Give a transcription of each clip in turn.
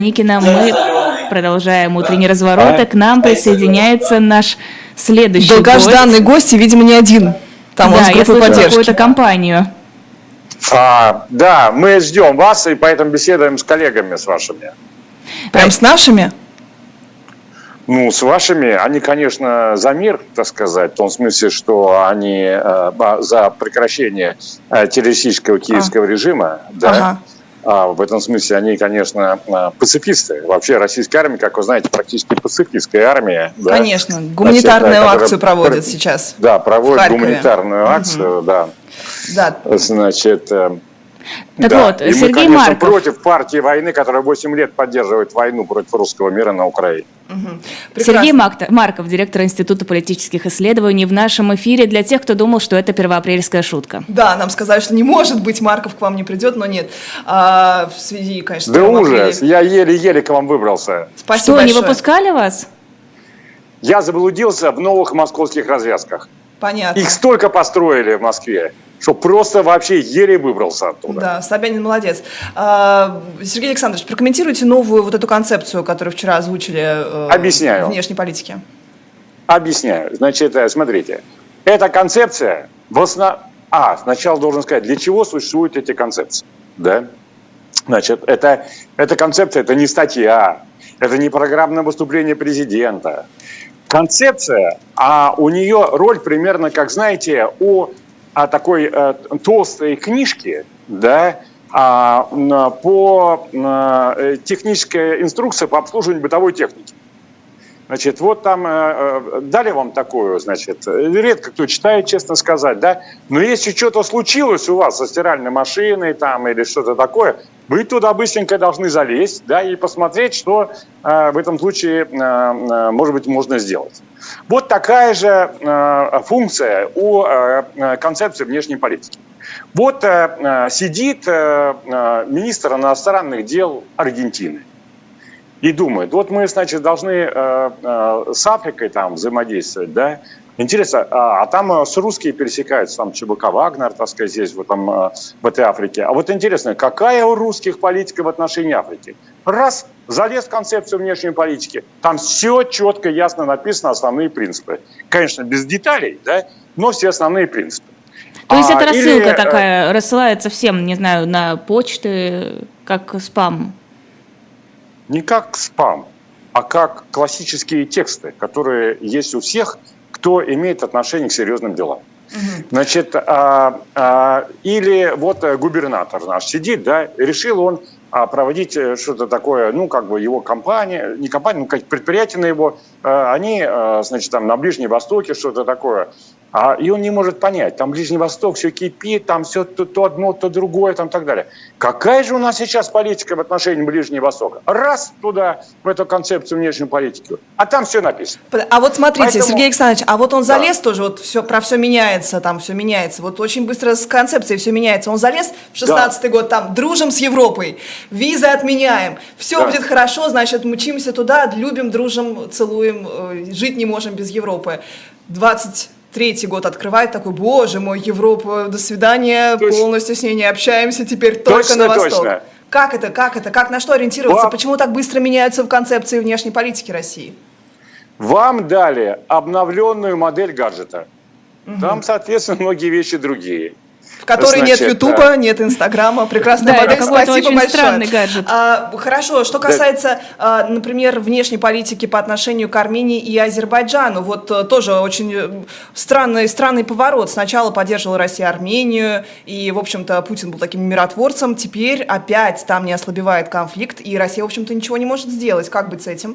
Никина, мы продолжаем утренний разворот, и к нам присоединяется наш следующий долгожданный гость, и, видимо, не один. Там он с группой поддержки. Какую-то компанию. Да, мы ждем вас, и поэтому беседуем с коллегами, с вашими. Прям с нашими? Ну, с вашими. Они, конечно, за мир, так сказать, в том смысле, что они за прекращение террористического киевского режима, да. В этом смысле они, конечно, пацифисты. Вообще российская армия, как вы знаете, практически пацифистская армия. Да? Конечно, гуманитарную акцию проводят сейчас. Да, проводят гуманитарную акцию, да. Значит, так вот, и Сергей мы, конечно, Марков против партии войны, которая 8 лет поддерживает войну против русского мира на Украине. Сергей Марков, директор Института политических исследований, в нашем эфире для тех, кто думал, что это первоапрельская шутка. Да, нам сказали, что не может быть, Марков к вам не придет, но нет. В связи, конечно, с да ужас, я еле-еле к вам выбрался. Спасибо что, большое. Не выпускали вас? Я заблудился в новых московских развязках. Понятно. Их столько построили в Москве, что просто вообще еле выбрался оттуда. Да, Собянин молодец. Сергей Александрович, прокомментируйте новую вот эту концепцию, которую вчера озвучили Объясняю. Внешней политики. Объясняю. Значит, смотрите. Эта концепция сначала должен сказать, для чего существуют эти концепции. Да? Значит, эта концепция, это не статья, это не программное выступление президента. Концепция, у нее роль примерно, как знаете, у такой толстой книжки, да, по технической инструкции по обслуживанию бытовой техники. Значит, вот там дали вам такую, значит, редко кто читает, честно сказать, да, но если что-то случилось у вас со стиральной машиной там или что-то такое, вы туда быстренько должны залезть, да, и посмотреть, что в этом случае, может быть, можно сделать. Вот такая же функция у концепции внешней политики. Вот сидит министр иностранных дел Аргентины и думает, вот мы, значит, должны с Африкой там взаимодействовать, да. Интересно, а там с русскими пересекаются, там ЧБК «Вагнер», так сказать, здесь, вот там, в этой Африке. А вот интересно, какая у русских политика в отношении Африки? Раз, залез в концепцию внешней политики, там все четко, ясно написано, основные принципы. Конечно, без деталей, да, но все основные принципы. То есть это рассылка такая, рассылается всем, не знаю, на почты, как спам? Не как спам, а как классические тексты, которые есть у всех, кто имеет отношение к серьезным делам. Значит, или вот губернатор наш сидит, да, решил он проводить что-то такое, ну, как бы его компания, не компания, ну, как предприятие на его, они, значит, там на Ближнем Востоке что-то такое, и он не может понять, там Ближний Восток, все кипит, там все то одно, то другое, там так далее. Какая же у нас сейчас политика в отношении Ближнего Востока? Раз туда, в эту концепцию внешней политики, а там все написано. А вот смотрите, Поэтому... Сергей Александрович, а вот он залез тоже, вот все, про все меняется, там все меняется, вот очень быстро с концепцией все меняется. Он залез в 16-й год, там, дружим с Европой, визы отменяем, все будет хорошо, значит, мчимся туда, любим, дружим, целуем, жить не можем без Европы. 23-й год открывает, такой, боже мой, Европа, до свидания, полностью с ней не общаемся, теперь только на Восток. Точно. Как это, как на что ориентироваться, почему так быстро меняются в концепции внешней политики России? Вам дали обновленную модель гаджета, там, соответственно, многие вещи другие. В которой нет Ютуба, нет Инстаграма. Прекрасная модель, спасибо очень большое. Странный гаджет. Хорошо, что касается, например, внешней политики по отношению к Армении и Азербайджану. Вот тоже очень странный поворот. Сначала поддерживала Россия Армению, и, в общем-то, Путин был таким миротворцем. Теперь опять там не ослабевает конфликт, и Россия, в общем-то, ничего не может сделать. Как быть с этим?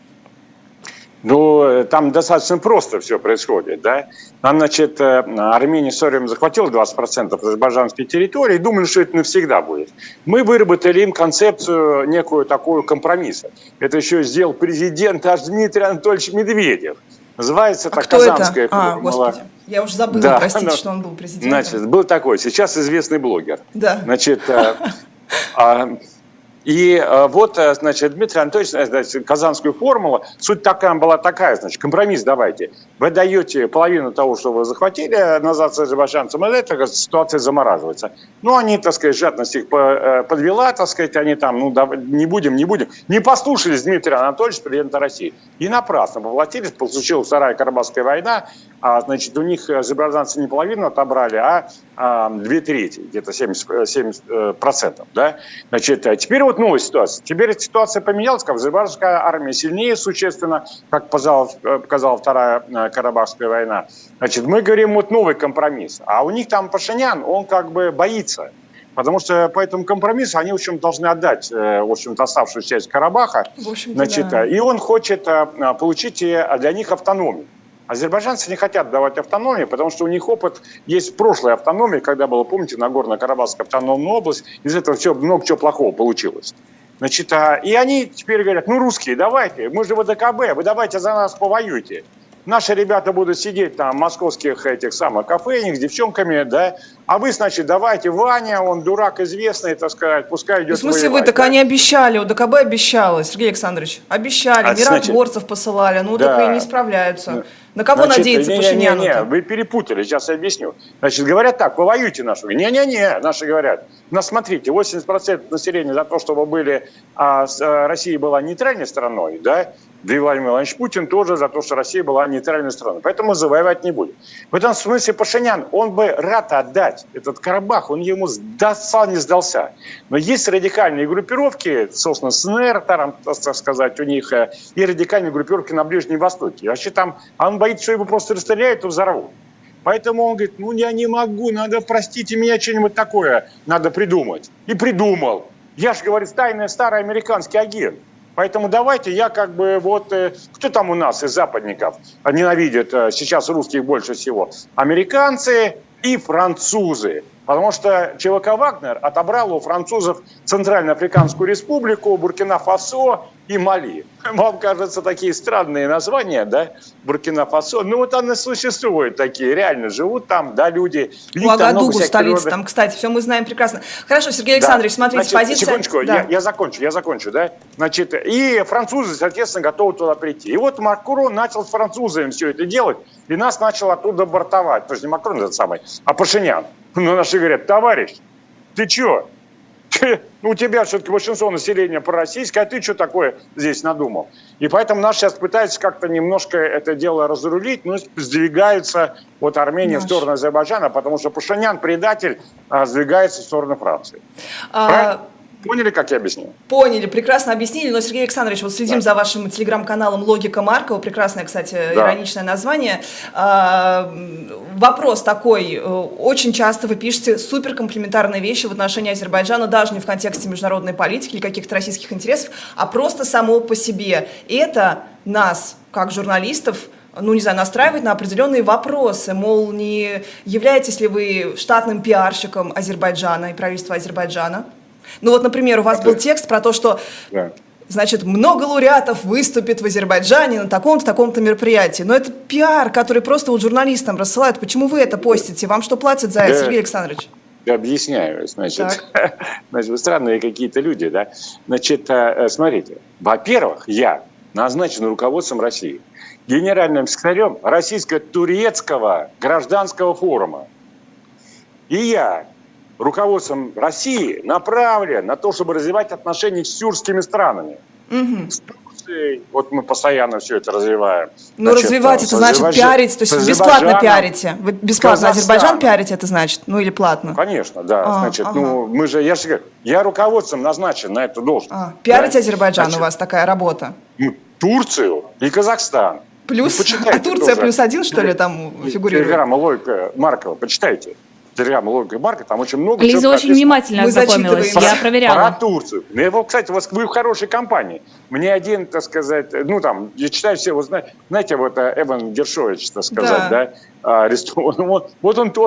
Ну, там достаточно просто все происходит, да. Там, значит, Армения в свое время захватила 20% азербайджанской территории и думали, что это навсегда будет. Мы выработали им концепцию некую такую компромисса. Это еще сделал президент аж Дмитрий Анатольевич Медведев. Называется это Казанская формула. Господи, я уже забыла, простите, что он был президентом. Значит, был такой, сейчас известный блогер. Да. Значит, И вот, значит, Дмитрий Анатольевич, значит, Казанскую формулу, суть такая была такая, значит, компромисс давайте. Вы даете половину того, что вы захватили назад с азербайджанцем, и эта ситуация замораживается. Ну, они, так сказать, жадность их подвела, так сказать, они там, ну, не будем. Не послушались Дмитрия Анатольевича, президента России. И напрасно поплатились, случилась Вторая Карабахская война, значит, у них азербайджанцы не половину отобрали, а 2/3, где-то 70%, да. Значит, теперь вот новая ситуация. Теперь ситуация поменялась, как азербайджанская армия сильнее существенно, как показала Вторая Карабахская война. Значит, мы говорим вот новый компромисс. А у них там Пашинян, он как бы боится. Потому что по этому компромиссу они, в общем, должны отдать, в общем-то, оставшуюся часть Карабаха. Значит, да. И он хочет получить для них автономию. Азербайджанцы не хотят давать автономию, потому что у них опыт есть в прошлой автономии, когда было, помните, Нагорно-Карабахская автономная область, из этого много чего плохого получилось. Значит, и они теперь говорят, ну, русские, давайте, мы же ВДКБ, вы давайте за нас повоюйте. Наши ребята будут сидеть там в московских этих самых кафейнях с девчонками, да, а вы, значит, давайте, Ваня, он дурак известный, так сказать, пускай идет воевать. В смысле, вы так они обещали, УДКБ обещало, Сергей Александрович, обещали, миротворцев посылали, ну, да, так и не справляются. На кого значит, надеяться Пашиняну? Не, вы перепутали, сейчас я объясню. Значит, говорят так, повоюйте наши. Не, наши говорят. Ну, смотрите, 80% населения за то, чтобы Россия была нейтральной страной, да, да и Владимир Владимирович Путин тоже за то, что Россия была нейтральной страной. Поэтому завоевать не будет. В этом смысле Пашинян, он бы рад отдать этот Карабах, он ему не сдался. Но есть радикальные группировки, собственно, СНР, там, так сказать, у них, и радикальные группировки на Ближнем Востоке. Вообще там, он боится, что его просто расстреляют и взорвут. Поэтому он говорит, ну я не могу, надо, простите меня, что-нибудь такое надо придумать. И придумал. Я же, говорит, тайный старый американский агент. Поэтому давайте я как бы вот... Кто там у нас из западников ненавидит сейчас русских больше всего? Американцы и французы. Потому что ЧВК «Вагнер» отобрал у французов Центральноафриканскую республику, Буркина-Фасо и Мали. Вам кажется, такие странные названия, да? Буркина-Фасо. Ну вот они существуют такие, реально живут там, да, люди. Уагадугу, столица, там, кстати, все мы знаем прекрасно. Хорошо, Сергей Александрович, да. смотрите, Значит, позиция... Секундочку, да. я закончу, да? Значит, и французы, соответственно, готовы туда прийти. И вот Макрон начал с французами все это делать, и нас начал оттуда бортовать. То есть не Макрон этот самый, а Пашинян. Но наши говорят, товарищ, ты чё? У тебя все-таки большинство населения пророссийское, а ты что такое здесь надумал? И поэтому нас сейчас пытаются как-то немножко это дело разрулить, но сдвигаются от Армении в сторону Азербайджана, потому что Пашинян, предатель, сдвигается в сторону Франции. Поняли, как я объяснил? Поняли, прекрасно объяснили. Но, Сергей Александрович, вот следим за вашим телеграм-каналом «Логика Маркова». Прекрасное, кстати, ироничное название. Вопрос такой. Очень часто вы пишете суперкомплиментарные вещи в отношении Азербайджана, даже не в контексте международной политики или каких-то российских интересов, а просто само по себе. И это нас, как журналистов, ну, не знаю, настраивает на определенные вопросы. Мол, не являетесь ли вы штатным пиарщиком Азербайджана и правительства Азербайджана? Ну вот, например, у вас был текст про то, что, значит, много лауреатов выступит в Азербайджане на таком-то мероприятии. Но это пиар, который просто вот журналистам рассылают. Почему вы это постите? Вам что платят за это, Сергей Александрович? Я объясняю. Значит, вы странные какие-то люди, да? Значит, смотрите. Во-первых, я назначен руководством России генеральным секретарем Российско-турецкого гражданского форума. И я руководством России направлен на то, чтобы развивать отношения с тюркскими странами. С Турцией, вот мы постоянно все это развиваем. Ну, развивать это значит пиарить, то есть бесплатно пиарите. Вы бесплатно Азербайджан пиарите, это значит? Ну, или платно? Конечно, да. Значит, ну, мы же, я же говорю, я руководством назначен на эту должность. Пиарить Азербайджан у вас такая работа? Турцию и Казахстан. Плюс, а Турция плюс один, что ли, там фигурирует? Телеграмма «Логика Маркова», почитайте. Телеграмма «Логика Марка», там очень много... Лиза очень внимательно ознакомилась, я проверяла. Про Турцию. Кстати, вы в хорошей компании. Мне один, так сказать, ну там, я читаю все, вот знаете, вот Эван Гершович, так сказать, да, арестован. Вот он тоже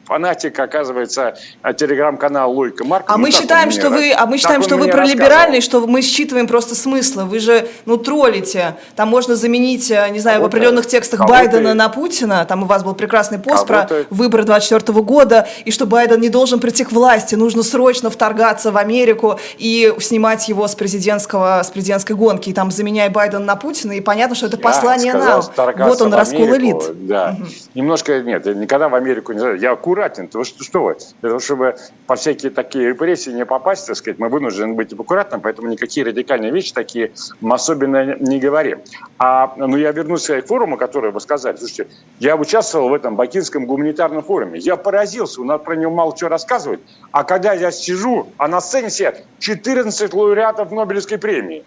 фанатик, оказывается, телеграм-канал «Логика Маркова». А мы считаем, что вы пролиберальный, что мы считываем просто смыслы. Вы же, троллите. Там можно заменить, не знаю, в определенных текстах Байдена на Путина. Там у вас был прекрасный пост про выборы 2024 года, и что Байден не должен прийти к власти. Нужно срочно вторгаться в Америку и снимать его с президентской гонки. И там заменяй Байдена на Путина, и понятно, что это послание нам. Вот он, раскол элит. Да. Немножко, нет, никогда в Америку не знаю. Я аккуратен. Что вы? Для того, чтобы по всякие такие репрессии не попасть, так сказать, мы вынуждены быть аккуратным, поэтому никакие радикальные вещи такие мы особенно не говорим. Я вернусь к форуму, который вы сказали. Слушайте, я участвовал в этом Бакинском гуманитарном форуме. Я поразился, у нас про него мало чего рассказывать. А когда я сижу, а на сцене сидят 14 лауреатов Нобелевской премии.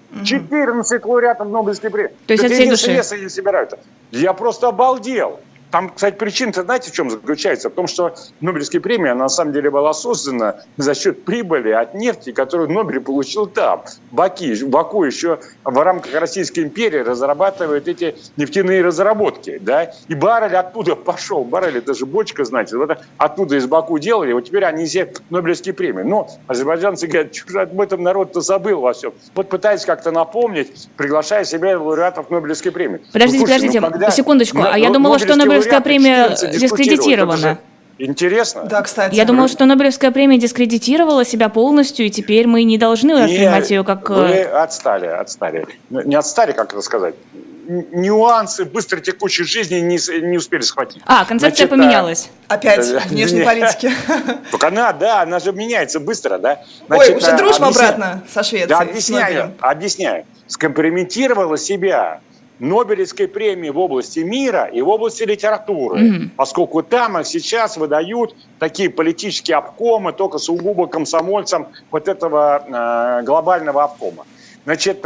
14 лауреатов Нобелевской премии. То есть от всей души. Они собираются. Я просто обалдел. Там, кстати, причина-то, знаете, в чем заключается? В том, что Нобелевская премия, она на самом деле была создана за счет прибыли от нефти, которую Нобель получил там, в Баку еще в рамках Российской империи разрабатывают эти нефтяные разработки, да, и баррель оттуда пошел, баррель, это же бочка, знаете, вот оттуда из Баку делали, вот теперь они все Нобелевские премии. Но азербайджанцы говорят, что об этом народ-то забыл во всем. Вот пытаясь как-то напомнить, приглашая себя лауреатов Нобелевской премии. Подождите, секундочку, а я думала, что Нобелевская премия дискредитирована. Интересно. Да, кстати. Я думала, что Нобелевская премия дискредитировала себя полностью, и теперь мы не должны воспринимать ее как... Вы отстали. Не отстали, как это сказать. Нюансы быстротекущей жизни не успели схватить. Концепция поменялась. Опять внешней политики. Только она же меняется быстро, да? Уже дружим обратно со Швецией. Да, объясняю. Скомпрометировала себя Нобелевской премии в области мира и в области литературы, поскольку там сейчас выдают такие политические обкомы только сугубо комсомольцам вот этого глобального обкома. Значит,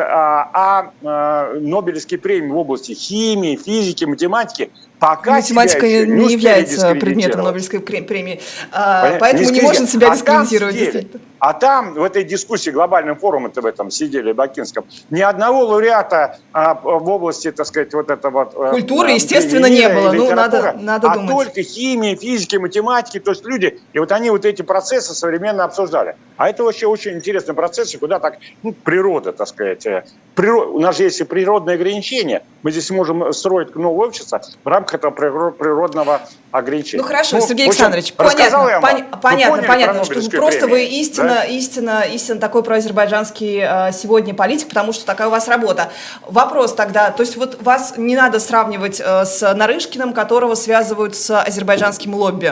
Нобелевские премии в области химии, физики, математики пока математика не является предметом Нобелевской премии, поэтому не может себя дискредитировать. А там, в этой дискуссии, глобальном форуме-то в этом сидели, в Бакинском, ни одного лауреата в области, так сказать, вот этого... Культуры, естественно, не было. Надо думать. Только химии, физики, математики, то есть люди, и вот они вот эти процессы современно обсуждали. А это вообще очень интересный процесс, куда так, природа, так сказать. У нас же есть и природные ограничения. Мы здесь можем строить новое общество в рамках этого природного ограничения. Хорошо, Сергей Александрович, понятно, что просто вы истинно такой проазербайджанский сегодня политик, потому что такая у вас работа. Вопрос тогда, то есть вот вас не надо сравнивать с Нарышкиным, которого связывают с азербайджанским лобби?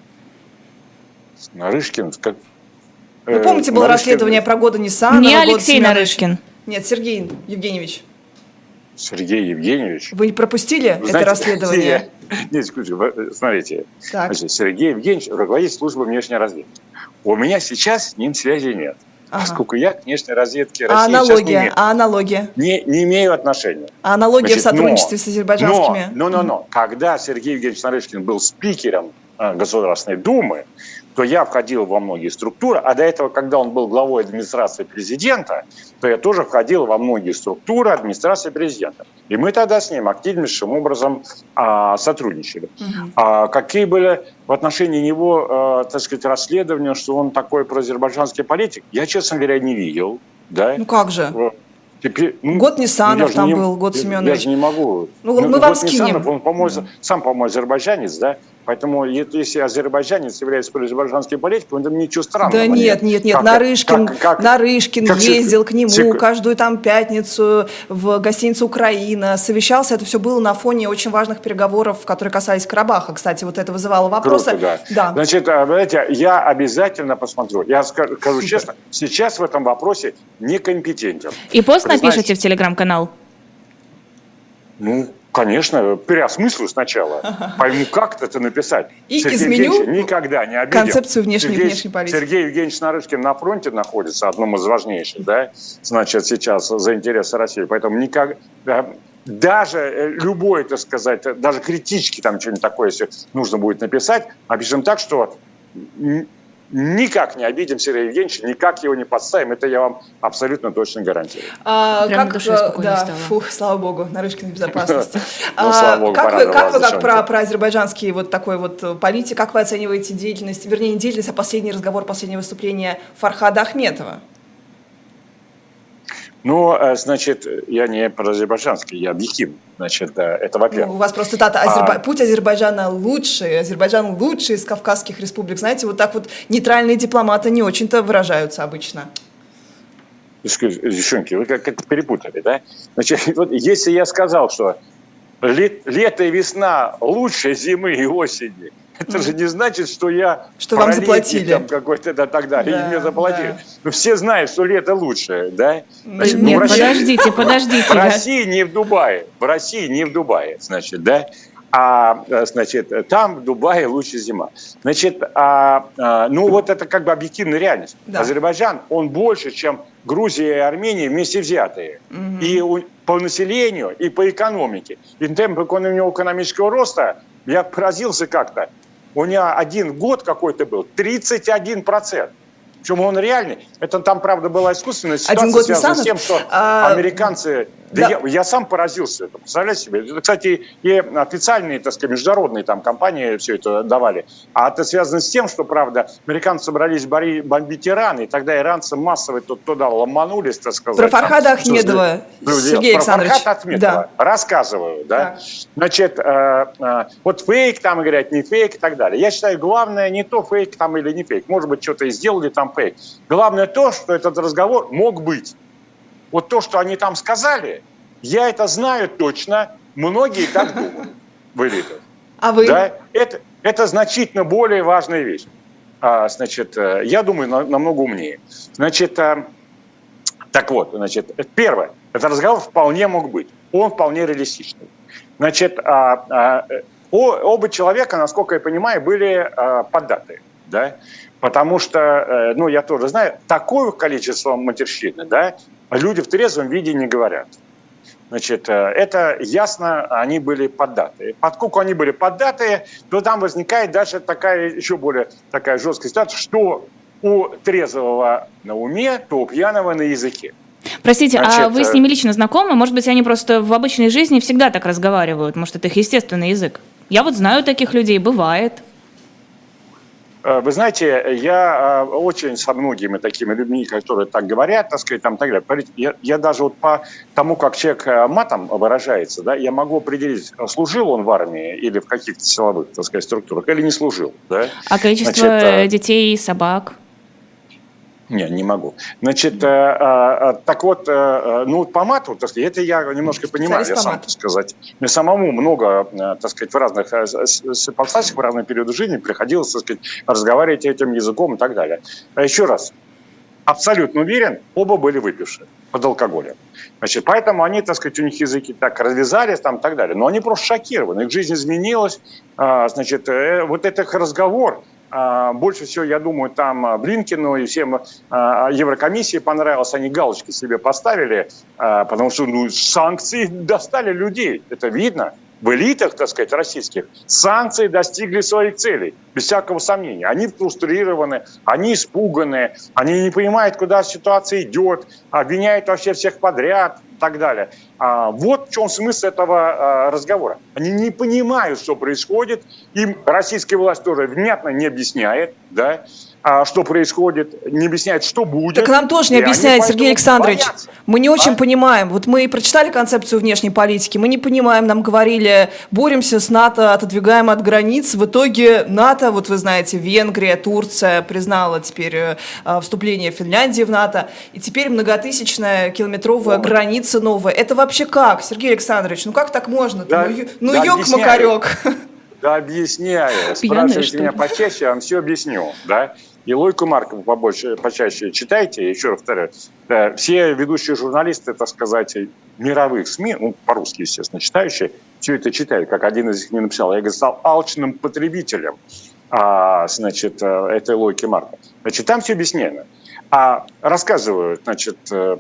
Нарышкин? Вы помните, было расследование про годы Ниссана? Не Алексей Нарышкин. Нет, Сергей Евгеньевич. Сергей Евгеньевич? Вы не пропустили это расследование? Нет, смотрите. Значит, Сергей Евгеньевич руководитель службы внешней разведки. У меня сейчас с ним связи нет. Поскольку я к внешней разведке России сейчас не имею. А аналогия? Не имею отношения. А аналогия в сотрудничестве с азербайджанскими? Но, когда Сергей Евгеньевич Нарышкин был спикером Государственной Думы, то я входил во многие структуры, а до этого, когда он был главой администрации президента, то я тоже входил во многие структуры администрации президента. И мы тогда с ним активнейшим образом сотрудничали. Какие были в отношении него, так сказать, расследования, что он такой проазербайджанский политик, я, честно говоря, не видел. Да? Как же? Год Ниссанов там был, год Семенович. Я же не могу. Мы вам скинем. Ниссанов, он, сам, по-моему, азербайджанец, да? Поэтому, если азербайджанец является проазербайджанским политиком, это ничего странного. Да нет. Нарышкин ездил к нему каждую там пятницу в гостиницу «Украина», совещался. Это все было на фоне очень важных переговоров, которые касались Карабаха. Кстати, вот это вызывало вопросы. Круто, да. Значит, знаете, я обязательно посмотрю. Я скажу честно, сейчас в этом вопросе некомпетентен. И пост напишите в телеграм-канал? Конечно, переосмыслю сначала, пойму, как это написать. И Сергей изменю никогда не обидел. Концепцию внешней политики. Сергей Евгеньевич Нарышкин на фронте находится, одном из важнейших, да, значит, сейчас за интересы России. Поэтому даже любой, так сказать, даже критически там что-нибудь такое, если нужно будет написать, напишем так, что никак не обидим Сергея Евгеньевича, никак его не подставим. Это я вам абсолютно точно гарантирую. Прямо на душе спокойно стало. Фух, слава богу, Нарышкина безопасности. Слава богу, как вы про азербайджанский вот такой вот политик, как вы оцениваете деятельность, вернее, не деятельность, а последний разговор, последнее выступление Фархада Ахметова? Ну, значит, я не про азербайджанский, я объективный. Значит, это во-первых. У вас просто путь Азербайджана лучший, Азербайджан лучший из кавказских республик. Знаете, вот так вот нейтральные дипломаты не очень-то выражаются обычно. Девчонки, вы как-то перепутали, да? Значит, вот если я сказал, что лето и весна лучше зимы и осени, это же не значит, что я... Что вам заплатили. Там какой-то, да, так далее, и мне заплатили. Да. Но все знают, что лето лучше, да? Значит, нет, подождите. В России не в Дубае, значит, да? Значит, там в Дубае лучше зима. Значит, ну вот это как бы объективная реальность. Да. Азербайджан, он больше, чем Грузия и Армения вместе взятые. Угу. И по населению, и по экономике. И темп экономического роста, я поразился как-то. У меня один год какой-то был, 31%. Причем он реальный. Это там, правда, была искусственная ситуация, связана с тем, что американцы... Да. Я сам поразился этому, представляете себе? Это, кстати, и официальные, так сказать, международные там компании все это давали. А это связано с тем, что, правда, американцы собрались бомбить Иран, и тогда иранцы массово туда ломанулись, так сказать. Про Фархада Ахмедова, Сергей Александрович. Про Фархада Ахмедова рассказываю, да? Значит, вот фейк там, говорят, не фейк и так далее. Я считаю, главное не то, фейк там или не фейк. Может быть, что-то и сделали там фейк. Главное то, что этот разговор мог быть. Вот то, что они там сказали, я это знаю точно, многие так думают в элитах. А вы? Да? Это значительно более важная вещь. Значит, я думаю, намного умнее. Значит, так вот, значит, первое, этот разговор вполне мог быть. Он вполне реалистичный. Значит, оба человека, насколько я понимаю, были поддаты, да? Потому что, ну, я тоже знаю, такое количество матерщины, да, люди в трезвом виде не говорят. Значит, это ясно, они были поддаты. Поскольку они были поддаты, то там возникает даже такая, еще более такая жесткая ситуация, что у трезвого на уме, то у пьяного на языке. Простите, значит, а вы с ними лично знакомы? Может быть, они просто в обычной жизни всегда так разговаривают? Может, это их естественный язык? Я вот знаю таких людей, бывает. Вы знаете, я очень со многими такими людьми, которые так говорят, так сказать, там, так далее. Я даже вот по тому, как человек матом выражается, да, я могу определить, служил он в армии или в каких-то силовых, так сказать, структурах, или не служил. Да? А количество детей и собак? Нет, не могу. Значит, так вот, ну, по мату, так сказать, это я немножко понимаю, я сам, так сказать. Мне самому много, так сказать, в разных ситуациях, в разные периоды жизни приходилось, так сказать, разговаривать этим языком и так далее. Еще раз, абсолютно уверен, оба были выпившие под алкоголем. Значит, поэтому они, так сказать, у них языки так развязались там и так далее. Но они просто шокированы, их жизнь изменилась. Значит, вот этот разговор... Больше всего, я думаю, там Блинкину и всем Еврокомиссии понравилось, они галочки себе поставили, потому что санкции достали людей, это видно. В элитах, так сказать, российских, санкции достигли своих целей, без всякого сомнения. Они фрустрированы, они испуганы, они не понимают, куда ситуация идет, обвиняют вообще всех подряд и так далее. Вот в чем смысл этого разговора. Они не понимают, что происходит, им российская власть тоже внятно не объясняет, да, что происходит, не объясняет, что будет. Так нам тоже не объясняет, Сергей Александрович. Боятся. Мы не очень понимаем. Вот мы прочитали концепцию внешней политики, мы не понимаем, нам говорили, боремся с НАТО, отодвигаем от границ. В итоге НАТО, вот вы знаете, Венгрия, Турция признала теперь вступление Финляндии в НАТО. И теперь многотысячная километровая граница новая. Это вообще как, Сергей Александрович? Ну как так можно? Да, ёк-макарёк. Да, объясняю. Спрашивайте меня почаще, я вам все объясню, да. И Лойку Маркову почаще читайте, еще раз повторяю. Да, все ведущие журналисты, так сказать, мировых СМИ, ну, по-русски, естественно, читающие, все это читают, как один из них мне написал. Я, говорит, стал алчным потребителем, значит, этой Лойки Марковой. Значит, там все объяснено. А рассказывают, значит,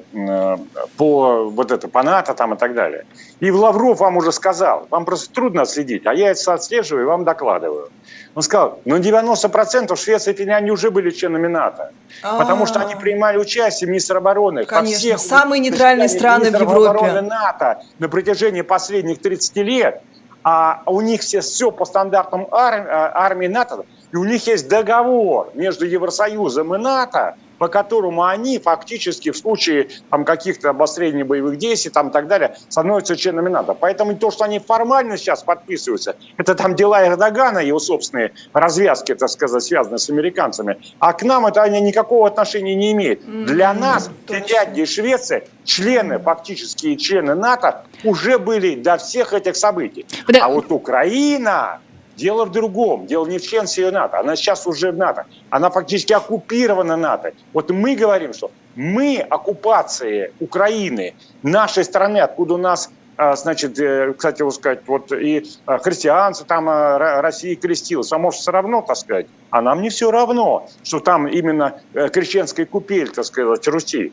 по НАТО там и так далее. И Лавров вам уже сказал, вам просто трудно следить, а я это отслеживаю и вам докладываю. Он сказал, 90% Швеция и Финляндия уже были членами НАТО. Потому что они принимали участие, министр обороны. Конечно, самые нейтральные страны в Европе. Обороны НАТО на протяжении последних 30 лет. А у них все по стандартам армии НАТО. И у них есть договор между Евросоюзом и НАТО, по которому они фактически в случае там, каких-то обострений боевых действий там, и так далее становятся членами НАТО. Поэтому то, что они формально сейчас подписываются, это там дела Эрдогана, его собственные развязки, так сказать, связанные с американцами. А к нам это никакого отношения не имеет. Для нас, Финляндия и Швеция, члены, фактические члены НАТО, уже были до всех этих событий. А вот Украина... Дело в другом. Дело не в членстве НАТО. Она сейчас уже в НАТО. Она фактически оккупирована НАТО. Вот мы говорим, что мы оккупации Украины, нашей страны, откуда у нас, значит, кстати, вот сказать, вот и христианцы там России крестилась. А может, все равно, так сказать? А нам не все равно, что там именно крещенская купель, так сказать, Руси.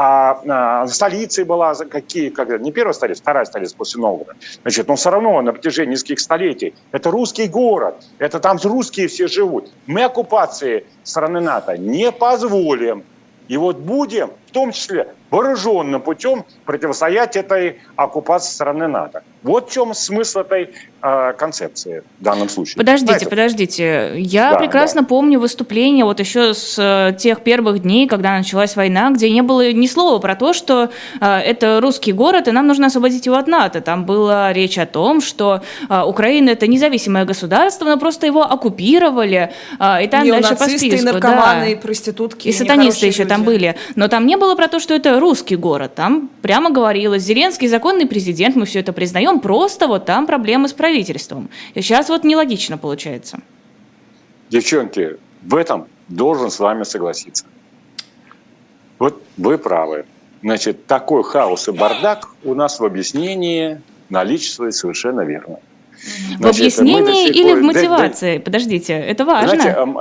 А столицей была не первая столица, вторая столица после Новгорода. Значит, но все равно на протяжении нескольких столетий это русский город, это там русские все живут. Мы оккупации страны НАТО не позволим. И вот будем, в том числе вооруженным путем, противостоять этой оккупации страны НАТО. Вот в чем смысл этой концепции в данном случае. Подождите. Я прекрасно помню выступление вот еще с тех первых дней, когда началась война, где не было ни слова про то, что это русский город, и нам нужно освободить его от НАТО. Там была речь о том, что Украина – это независимое государство, но просто его оккупировали, и там дальше по списку. И наркоманы, и проститутки, и сатанисты еще там были. Но там не было про то, что это русский город. Там прямо говорилось, Зеленский законный президент, мы все это признаем, просто вот там проблемы с правительством. И сейчас вот нелогично получается. Девчонки, в этом должен с вами согласиться. Вот вы правы. Значит, такой хаос и бардак у нас в объяснении наличествует совершенно верно. Значит, в объяснении или в мотивации? Подождите, это важно.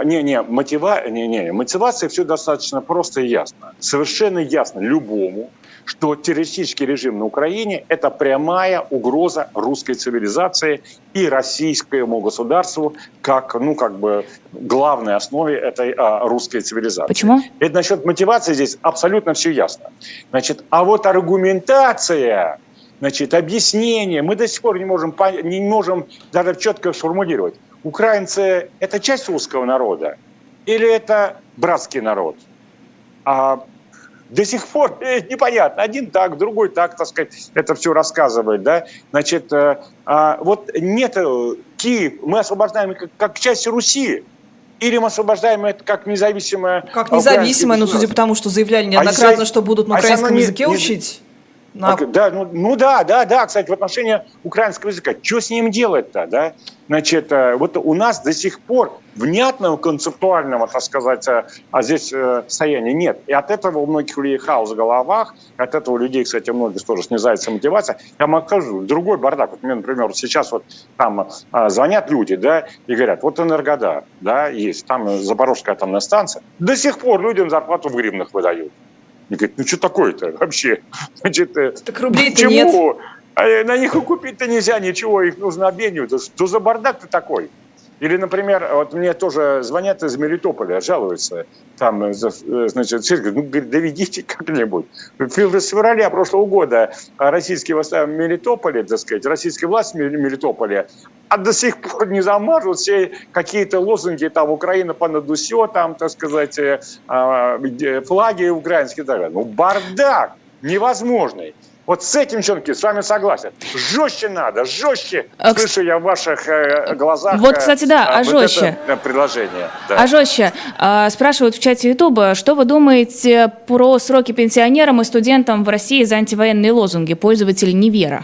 Знаете, мотивация все достаточно просто и ясно. Совершенно ясно любому, что террористический режим на Украине – это прямая угроза русской цивилизации и российскому государству как главной основе этой русской цивилизации. Почему? Это насчет мотивации здесь абсолютно все ясно. Значит, а вот аргументация, значит, объяснение, мы до сих пор не можем даже четко сформулировать. Украинцы – это часть русского народа или это братский народ? До сих пор непонятно. Один так, другой так, так сказать, это все рассказывает, да. Значит, вот нет, Киев мы освобождаем как часть Руси, или мы освобождаем это как независимое... Как независимое, но судя по тому, что заявляли неоднократно, что будут на украинском языке учить... Да, кстати, в отношении украинского языка. Что с ним делать-то, да? Значит, вот у нас до сих пор внятного концептуального, так сказать, здесь состояния нет. И от этого у многих людей хаос в головах, от этого у людей, кстати, многих тоже снижается мотивация. Я вам скажу, другой бардак. Вот мне, например, сейчас вот там звонят люди, да, и говорят, вот Энергодар, да, есть, там Запорожская атомная станция, до сих пор людям зарплату в гривнах выдают. И говорит, что такое-то вообще? Значит, так рублей-то нет. На них и купить-то нельзя ничего, их нужно обменивать. Что за бардак-то такой? Или, например, вот мне тоже звонят из Мелитополя, жалуются. Там, значит, говорит, доведите как-нибудь. С февраля прошлого года российские власти в Мелитополе, так сказать, российские власти в Мелитополе, а до сих пор не замажут все какие-то лозунги, там, Украина понад усё, там, так сказать, флаги украинские, так далее. Ну, бардак невозможный. Вот с этим, девчонки, с вами согласен. Жестче надо, жестче. Слышу я в ваших глазах вот, кстати, да, жестче. Это предложение. Да. А жестче. Спрашивают в чате Ютуба, что вы думаете про сроки пенсионерам и студентам в России за антивоенные лозунги? Пользователь Невера.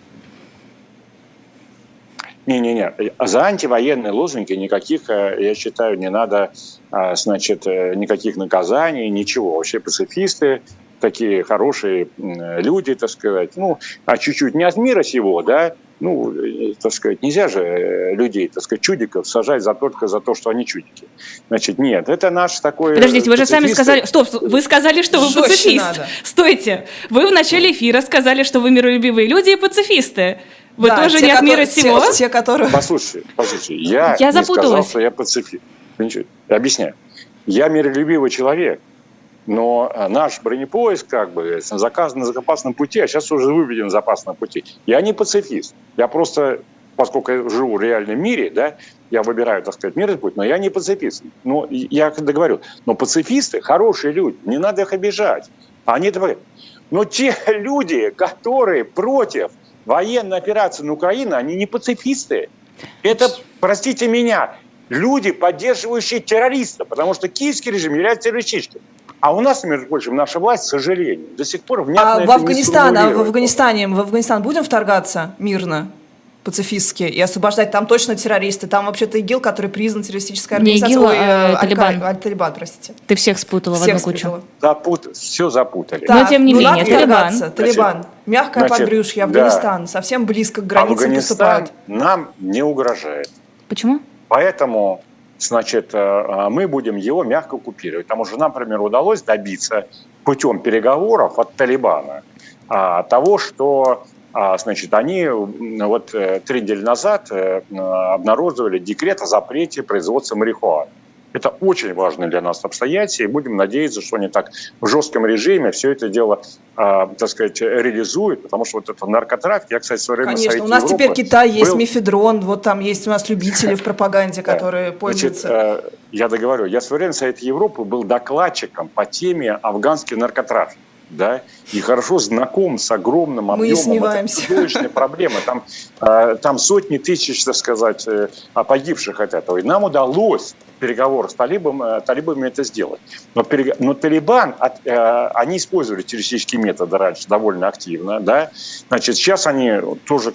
Не. За антивоенные лозунги никаких, я считаю, не надо, значит, никаких наказаний, ничего. Вообще пацифисты, такие хорошие люди, так сказать, а чуть-чуть не от мира сего, да, так сказать, нельзя же людей, так сказать, чудиков сажать только за то, что они чудики. Значит, нет, это наш такой... Подождите, вы же сами сказали... Стоп, вы сказали, что вы пацифист. Надо. Стойте, вы в начале эфира сказали, что вы миролюбивые люди и пацифисты. Вы тоже не от мира сего? Те, которые... Послушайте, я не сказал, что я пацифист. Объясняю. Я миролюбивый человек. Но наш бронепоезд заказан на запасном пути, а сейчас уже выведен на запасном пути. Я не пацифист. Я просто, поскольку я живу в реальном мире, да, я выбираю, так сказать, мирный путь, но я не пацифист. Но я когда говорю, но пацифисты хорошие люди, не надо их обижать. Они говорят, но те люди, которые против военной операции на Украине, они не пацифисты. Это, простите меня, люди, поддерживающие террористов, потому что киевский режим является террористическим. А у нас, между прочим, наша власть, к сожалению, до сих пор внятно в Афганистан будем вторгаться мирно, пацифистски, и освобождать? Там точно террористы. Там вообще-то ИГИЛ, который признан террористической организацией. Не ИГИЛ, Талибан. Талибан, простите. Ты всех спутала в одну кучу. Все запутали. Но тем не менее, Талибан. Мягкое подбрюшье, Афганистан. Совсем близко к границам поступает. Нам не угрожает. Почему? Поэтому... Значит, мы будем его мягко оккупировать. Потому что нам, например, удалось добиться путем переговоров от Талибана того, что, значит, они 3 недели назад обнародовали декрет о запрете производства марихуаны. Это очень важное для нас обстоятельство, и будем надеяться, что они так в жестком режиме все это дело, так сказать, реализуют, потому что вот это наркотрафик, я, кстати, в свое время... Конечно, у нас Европы теперь Китай есть, мефедрон, вот там есть у нас любители в пропаганде, которые пользуются... Значит, я договорю, я в свое время в Совете Европы был докладчиком по теме афганский наркотрафик. Да, и хорошо знаком с огромным объемом чудовищной проблемы. Там сотни тысяч, так сказать, погибших от этого. И нам удалось в переговорах с талибами это сделать. Но Талибан, они использовали террористические методы раньше довольно активно. Да? Значит, сейчас они тоже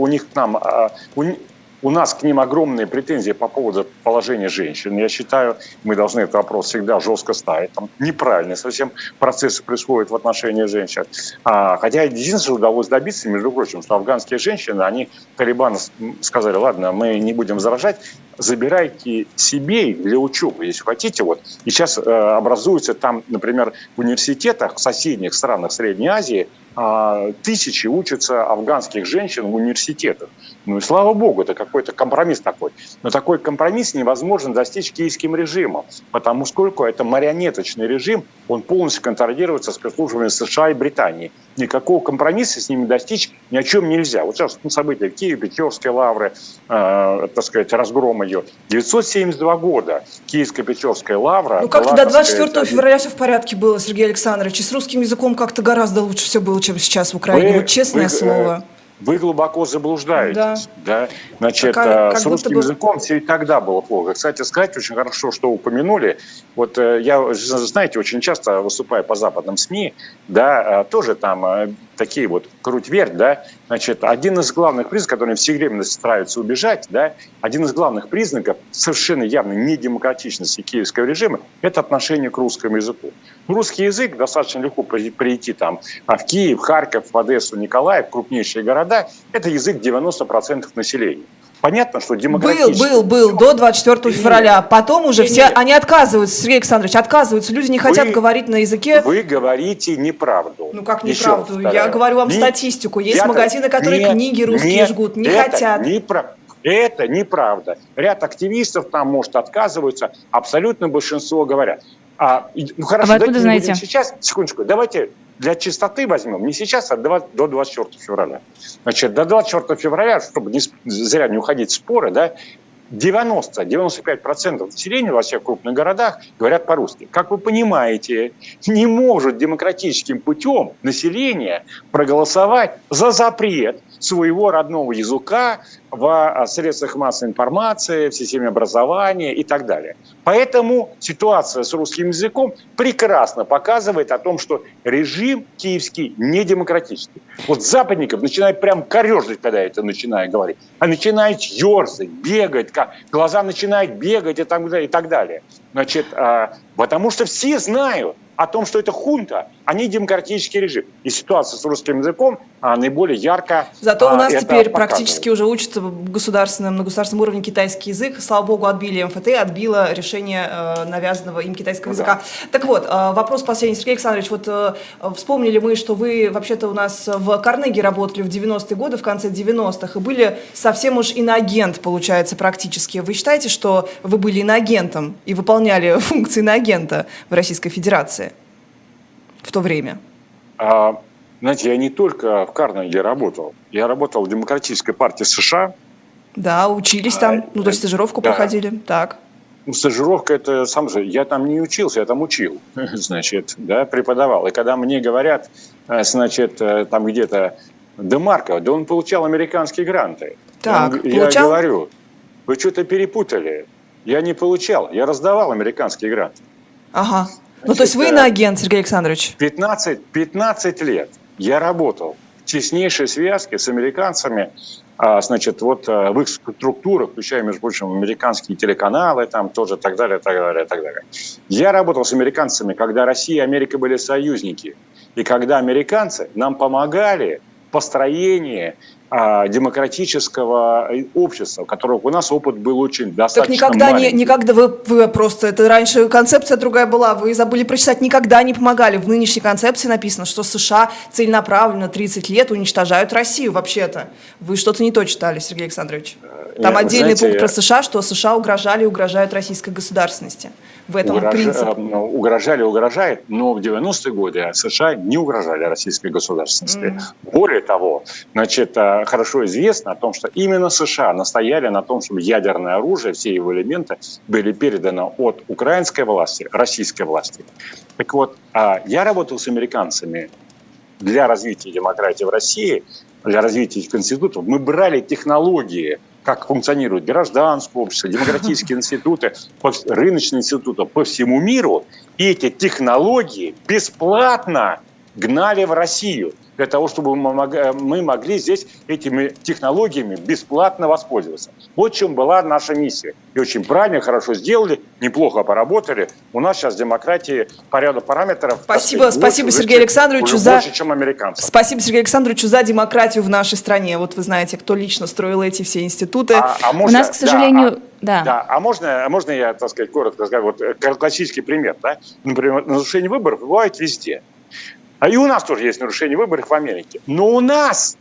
у нас к ним огромные претензии по поводу положения женщин. Я считаю, мы должны этот вопрос всегда жестко ставить. Там неправильные совсем процессы происходят в отношении женщин. Хотя единственное, что удалось добиться, между прочим, что афганские женщины, они Талибану сказали, ладно, мы не будем заражать, забирайте себе для учебы, если хотите. Вот. И сейчас образуются там, например, в университетах в соседних странах Средней Азии тысячи учатся афганских женщин в университетах. Ну и слава богу, это какой-то компромисс такой. Но такой компромисс невозможно достичь киевским режимом, потому сколько это марионеточный режим, он полностью контролируется спецслужбами США и Британии. Никакого компромисса с ними достичь ни о чем нельзя. Вот сейчас события в Киеве, Печерская лавра, так сказать, разгром ее. 972 года Киевская Печерская лавра... Ну как-то до 24 февраля все в порядке было, Сергей Александрович. И с русским языком как-то гораздо лучше все было, чем сейчас в Украине. Вот честное слово. Вы глубоко заблуждаетесь. Да? Значит, с русским языком все и тогда было плохо. Кстати сказать, очень хорошо, что упомянули. Вот я, знаете, очень часто выступаю по западным СМИ, да, тоже там такие вот круть-верть, да. Значит, один из главных признаков, который все время стараются убежать, да, один из главных признаков совершенно явно недемократичности киевского режима – это отношение к русскому языку. Русский язык достаточно легко прийти там в Киев, Харьков, в Одессу, Николаев, крупнейшие города – это язык 90% населения. Понятно, что демократически... Был до 24 февраля. Потом уже все, они отказываются, Сергей Александрович, отказываются. Люди не хотят говорить на языке... Вы говорите неправду. Ну как неправду? Я говорю вам статистику. Есть магазины, которые книги русские жгут, не хотят. Это неправда. Ряд активистов там, может, отказываются. Абсолютно большинство говорят. Ну хорошо, вы откуда знаете? Сейчас, секундочку, давайте для чистоты возьмем, не сейчас, а до 24 февраля. Значит, до 24 февраля, чтобы зря не уходить в споры, да, 90-95% населения во всех крупных городах говорят по-русски. Как вы понимаете, не может демократическим путем население проголосовать за запрет своего родного языка в средствах массовой информации, в системе образования и так далее. Поэтому ситуация с русским языком прекрасно показывает о том, что режим киевский не демократический. Вот западников начинает прям корежить, когда это начинает говорить. А начинает ерзать, бегать, глаза начинают бегать и так далее. Значит, потому что все знают, о том, что это хунта, а не демократический режим. И ситуация с русским языком наиболее ярко Зато у нас это теперь показывает. практически уже учатся на государственном уровне китайский язык. Слава богу, отбили МФТ, отбило решение навязанного им китайского языка. Так вот, вопрос последний. Сергей Александрович, вот вспомнили мы, что вы вообще-то у нас в Карнеги работали в 90-е годы, в конце 90-х, и были совсем уж иноагент, получается, практически. Вы считаете, что вы были иноагентом и выполняли функции иноагента в Российской Федерации в то время? Знаете, я не только в Карнеге работал. Я работал в Демократической партии США. Да, учились там, то есть стажировку проходили. Так. Стажировка, это сам же, я там не учился, я там учил, значит, да, преподавал. И когда мне говорят, значит, там где-то Демарко, да он получал американские гранты. Так, я говорю, вы что-то перепутали. Я не получал, я раздавал американские гранты. Ага. Значит, то есть вы иноагент, Сергей Александрович? 15 лет я работал в теснейшей связке с американцами, значит, вот в их структурах, включая, между прочим, американские телеканалы, там тоже так далее, так далее, так далее. Я работал с американцами, когда Россия и Америка были союзники, и когда американцы нам помогали в построении демократического общества, у которого у нас опыт был очень достаточно маленький. Никогда вы просто, это раньше концепция другая была, вы забыли прочитать, никогда не помогали. В нынешней концепции написано, что США целенаправленно 30 лет уничтожают Россию вообще-то. Вы что-то не то читали, Сергей Александрович. Там отдельный пункт про США, что США угрожали и угрожают российской государственности. В этом принцип. Угрожает, но в 90-е годы США не угрожали российской государственности. Более того, значит, хорошо известно о том, что именно США настояли на том, чтобы ядерное оружие, все его элементы были переданы от украинской власти, российской власти. Так вот, я работал с американцами для развития демократии в России, для развития этих институтов. Мы брали технологии, как функционирует гражданское общество, демократические институты, рыночные институты по всему миру, и эти технологии бесплатно гнали в Россию для того, чтобы мы могли здесь этими технологиями бесплатно воспользоваться. Вот в чем была наша миссия. И очень правильно, хорошо сделали, неплохо поработали. У нас сейчас демократии по ряду параметров. Спасибо Сергею Александровичу за... больше, чем американцам. Спасибо Сергею Александровичу за демократию в нашей стране. Вот вы знаете, кто лично строил эти все институты. У нас, к сожалению... А можно я, так сказать, коротко скажу? Вот классический пример. Да? Например, нарушение выборов бывает везде. И у нас тоже есть нарушение выборов в Америке. Но у нас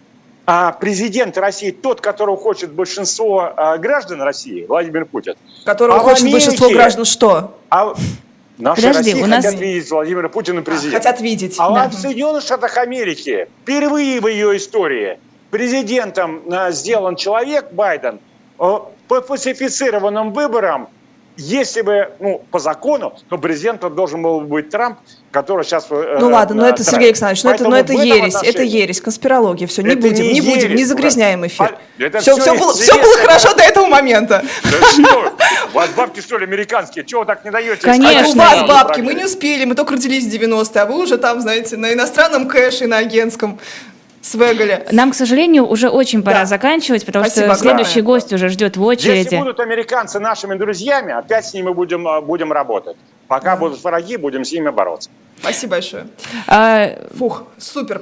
президент России, тот, которого хочет большинство граждан России, Владимир Путин. Которого хочет большинство граждан что? Наши России хотят видеть Владимира Путина президентом. Хотят видеть. В Соединенных Штатах Америки впервые в ее истории президентом сделан человек, Байден, по фальсифицированным выборам. Если бы, по закону, то президентом должен был быть Трамп, который сейчас... ладно, но это, Сергей Александрович, это ересь, это ересь, конспирология, все, не будем, не загрязняем эфир. Все было хорошо до этого момента. Да что? У вас бабки, что ли, американские? Чего вы так не даете? Конечно. У вас бабки, мы не успели, мы только родились в 90-е, а вы уже там, знаете, на иностранном кэше, на агентском. Свегаля. Нам, к сожалению, уже очень пора заканчивать, потому что следующий гость уже ждет в очереди. Если будут американцы нашими друзьями, опять с ними будем работать. Пока будут враги, будем с ними бороться. Спасибо большое. Супер.